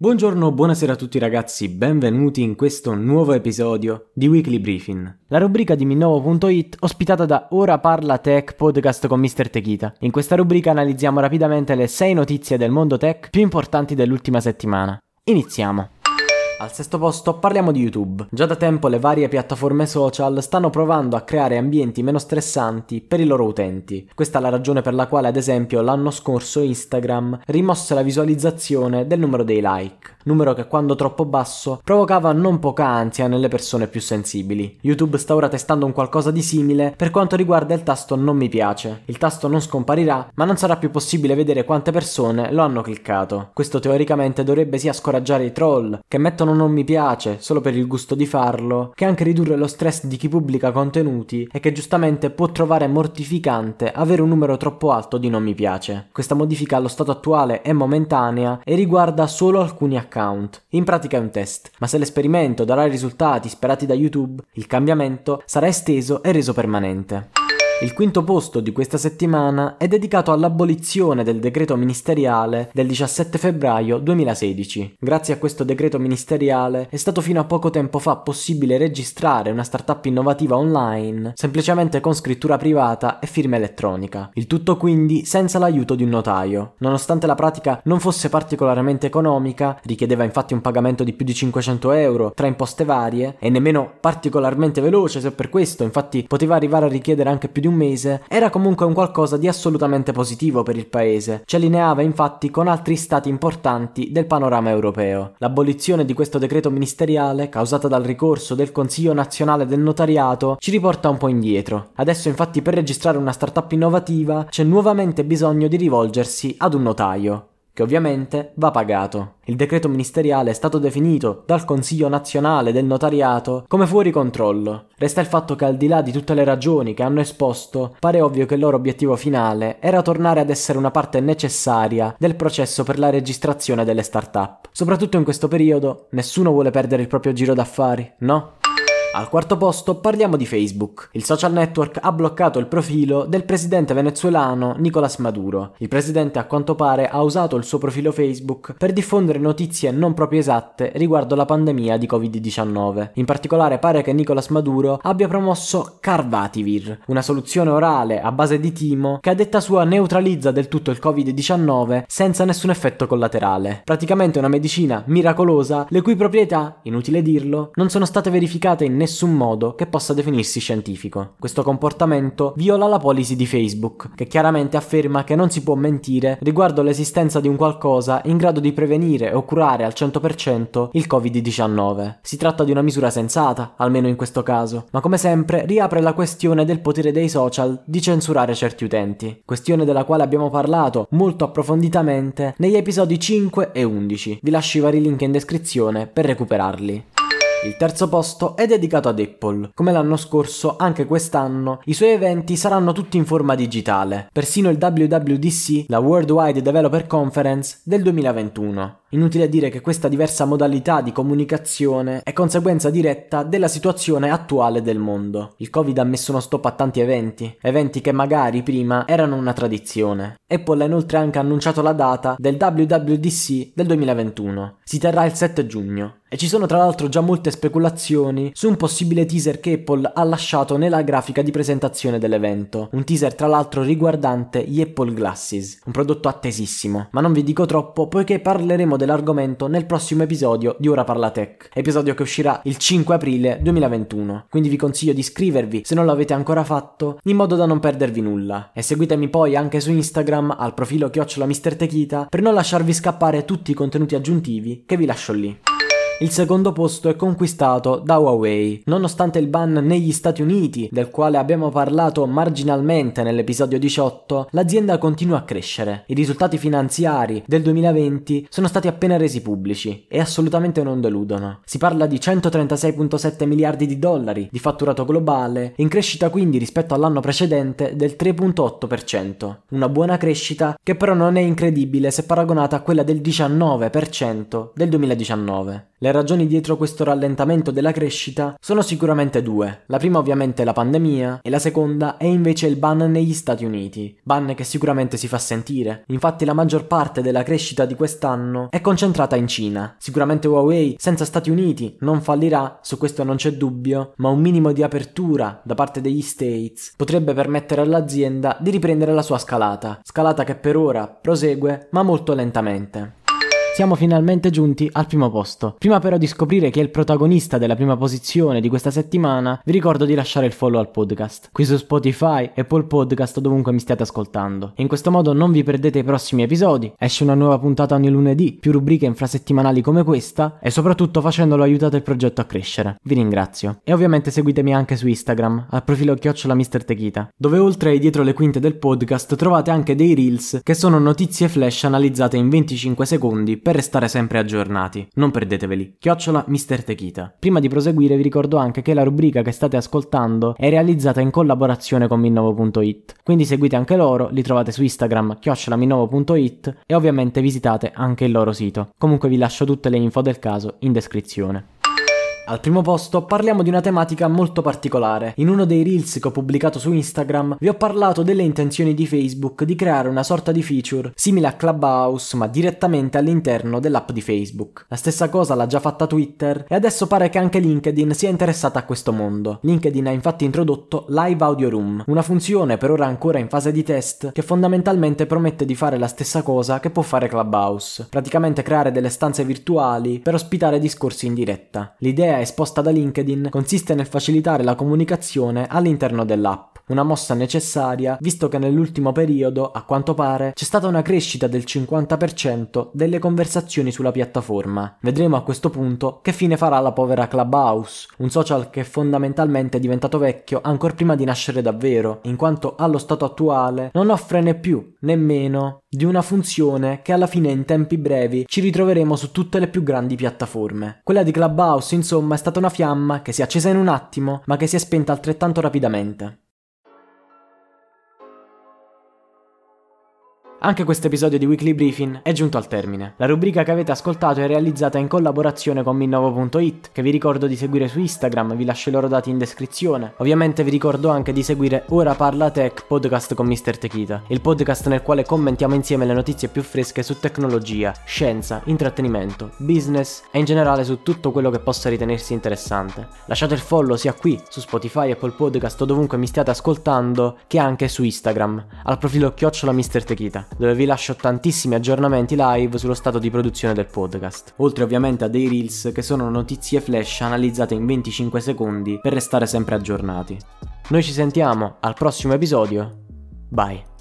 Buongiorno, buonasera a tutti ragazzi, benvenuti in questo nuovo episodio di Weekly Briefing, la rubrica di Minnovo.it ospitata da Ora Parla Tech Podcast con Mr. Techita. In questa rubrica analizziamo rapidamente le 6 notizie del mondo tech più importanti dell'ultima settimana. Iniziamo! Al sesto posto parliamo di YouTube. Già da tempo le varie piattaforme social stanno provando a creare ambienti meno stressanti per i loro utenti. Questa è la ragione per la quale ad esempio l'anno scorso Instagram rimosse la visualizzazione del numero dei like, numero che quando troppo basso provocava non poca ansia nelle persone più sensibili. YouTube sta ora testando un qualcosa di simile per quanto riguarda il tasto non mi piace. Il tasto non scomparirà, ma non sarà più possibile vedere quante persone lo hanno cliccato. Questo teoricamente dovrebbe sia scoraggiare i troll che mettono non mi piace solo per il gusto di farlo, che anche ridurre lo stress di chi pubblica contenuti e che giustamente può trovare mortificante avere un numero troppo alto di non mi piace. Questa modifica allo stato attuale è momentanea e riguarda solo alcuni account. In pratica è un test, ma se l'esperimento darà i risultati sperati da YouTube, il cambiamento sarà esteso e reso permanente. Il quinto posto di questa settimana è dedicato all'abolizione del decreto ministeriale del 17 febbraio 2016. Grazie a questo decreto ministeriale è stato fino a poco tempo fa possibile registrare una startup innovativa online semplicemente con scrittura privata e firma elettronica. Il tutto quindi senza l'aiuto di un notaio. Nonostante la pratica non fosse particolarmente economica, richiedeva infatti un pagamento di più di 500 euro tra imposte varie e nemmeno particolarmente veloce, se per questo infatti poteva arrivare a richiedere anche più di un mese, era comunque un qualcosa di assolutamente positivo per il paese. Ci allineava infatti con altri stati importanti del panorama europeo. L'abolizione di questo decreto ministeriale, causata dal ricorso del Consiglio Nazionale del Notariato, ci riporta un po' indietro. Adesso infatti per registrare una startup innovativa c'è nuovamente bisogno di rivolgersi ad un notaio, che ovviamente va pagato. Il decreto ministeriale è stato definito dal Consiglio Nazionale del Notariato come fuori controllo. Resta il fatto che al di là di tutte le ragioni che hanno esposto, pare ovvio che il loro obiettivo finale era tornare ad essere una parte necessaria del processo per la registrazione delle start-up. Soprattutto in questo periodo, nessuno vuole perdere il proprio giro d'affari, no? Al quarto posto parliamo di Facebook. Il social network ha bloccato il profilo del presidente venezuelano Nicolás Maduro. Il presidente a quanto pare ha usato il suo profilo Facebook per diffondere notizie non proprio esatte riguardo la pandemia di Covid-19. In particolare pare che Nicolás Maduro abbia promosso Carvativir, una soluzione orale a base di timo che a detta sua neutralizza del tutto il Covid-19 senza nessun effetto collaterale. Praticamente una medicina miracolosa le cui proprietà, inutile dirlo, non sono state verificate in nessun modo che possa definirsi scientifico. Questo comportamento viola la policy di Facebook, che chiaramente afferma che non si può mentire riguardo l'esistenza di un qualcosa in grado di prevenire o curare al 100% il Covid-19. Si tratta di una misura sensata, almeno in questo caso, ma come sempre riapre la questione del potere dei social di censurare certi utenti, questione della quale abbiamo parlato molto approfonditamente negli episodi 5 e 11. Vi lascio i vari link in descrizione per recuperarli. Il terzo posto è dedicato ad Apple. Come l'anno scorso, anche quest'anno i suoi eventi saranno tutti in forma digitale, persino il WWDC, la Worldwide Developer Conference del 2021. Inutile dire che questa diversa modalità di comunicazione è conseguenza diretta della situazione attuale del mondo. Il Covid ha messo uno stop a tanti eventi che magari prima erano una tradizione. Apple ha inoltre anche annunciato la data del WWDC del 2021. Si terrà il 7 giugno. E ci sono tra l'altro già molte speculazioni su un possibile teaser che Apple ha lasciato nella grafica di presentazione dell'evento. Un teaser tra l'altro riguardante gli Apple Glasses, un prodotto attesissimo. Ma non vi dico troppo poiché parleremo dell'argomento nel prossimo episodio di Ora Parla Tech, episodio che uscirà il 5 aprile 2021. Quindi vi consiglio di iscrivervi se non l'avete ancora fatto, in modo da non perdervi nulla. E seguitemi poi anche su Instagram al profilo @MrTechita per non lasciarvi scappare tutti i contenuti aggiuntivi che vi lascio lì. Il secondo posto è conquistato da Huawei. Nonostante il ban negli Stati Uniti, del quale abbiamo parlato marginalmente nell'episodio 18, l'azienda continua a crescere. I risultati finanziari del 2020 sono stati appena resi pubblici e assolutamente non deludono. Si parla di 136,7 miliardi di dollari di fatturato globale, in crescita quindi rispetto all'anno precedente del 3,8%. Una buona crescita che però non è incredibile se paragonata a quella del 19% del 2019. Le ragioni dietro questo rallentamento della crescita sono sicuramente due. La prima ovviamente è la pandemia e la seconda è invece il ban negli Stati Uniti. Ban che sicuramente si fa sentire. Infatti la maggior parte della crescita di quest'anno è concentrata in Cina. Sicuramente Huawei senza Stati Uniti non fallirà, su questo non c'è dubbio, ma un minimo di apertura da parte degli States potrebbe permettere all'azienda di riprendere la sua scalata che per ora prosegue ma molto lentamente. Siamo finalmente giunti al primo posto. Prima però di scoprire chi è il protagonista della prima posizione di questa settimana, vi ricordo di lasciare il follow al podcast, qui su Spotify, Apple Podcast o dovunque mi stiate ascoltando. In questo modo non vi perdete i prossimi episodi, esce una nuova puntata ogni lunedì, più rubriche infrasettimanali come questa e soprattutto facendolo aiutate il progetto a crescere. Vi ringrazio. E ovviamente seguitemi anche su Instagram, al profilo @MrTechita, dove oltre ai dietro le quinte del podcast trovate anche dei reels che sono notizie flash analizzate in 25 secondi per restare sempre aggiornati. Non perdeteveli. @MrTechita. Prima di proseguire vi ricordo anche che la rubrica che state ascoltando è realizzata in collaborazione con Minnovo.it, quindi seguite anche loro, li trovate su Instagram @Minnovo.it e ovviamente visitate anche il loro sito. Comunque vi lascio tutte le info del caso in descrizione. Al primo posto parliamo di una tematica molto particolare. In uno dei reels che ho pubblicato su Instagram vi ho parlato delle intenzioni di Facebook di creare una sorta di feature simile a Clubhouse ma direttamente all'interno dell'app di Facebook. La stessa cosa l'ha già fatta Twitter e adesso pare che anche LinkedIn sia interessata a questo mondo. LinkedIn ha infatti introdotto Live Audio Room, una funzione per ora ancora in fase di test che fondamentalmente promette di fare la stessa cosa che può fare Clubhouse, praticamente creare delle stanze virtuali per ospitare discorsi in diretta. L'idea esposta da LinkedIn consiste nel facilitare la comunicazione all'interno dell'app, una mossa necessaria visto che nell'ultimo periodo, a quanto pare, c'è stata una crescita del 50% delle conversazioni sulla piattaforma. Vedremo a questo punto che fine farà la povera Clubhouse, un social che fondamentalmente è diventato vecchio ancor prima di nascere davvero, in quanto allo stato attuale non offre né più né meno di una funzione che alla fine in tempi brevi ci ritroveremo su tutte le più grandi piattaforme. Quella di Clubhouse, insomma, è stata una fiamma che si è accesa in un attimo, ma che si è spenta altrettanto rapidamente. Anche questo episodio di Weekly Briefing è giunto al termine. La rubrica che avete ascoltato è realizzata in collaborazione con Minnovo.it, che vi ricordo di seguire su Instagram, vi lascio i loro dati in descrizione. Ovviamente vi ricordo anche di seguire Ora Parla Tech Podcast con MrTechita, il podcast nel quale commentiamo insieme le notizie più fresche su tecnologia, scienza, intrattenimento, business e in generale su tutto quello che possa ritenersi interessante. Lasciate il follow sia qui, su Spotify, Apple Podcast o dovunque mi stiate ascoltando, che anche su Instagram, al profilo @MrTechita, dove vi lascio tantissimi aggiornamenti live sullo stato di produzione del podcast, oltre ovviamente a dei reels che sono notizie flash analizzate in 25 secondi per restare sempre aggiornati. Noi ci sentiamo al prossimo episodio, bye!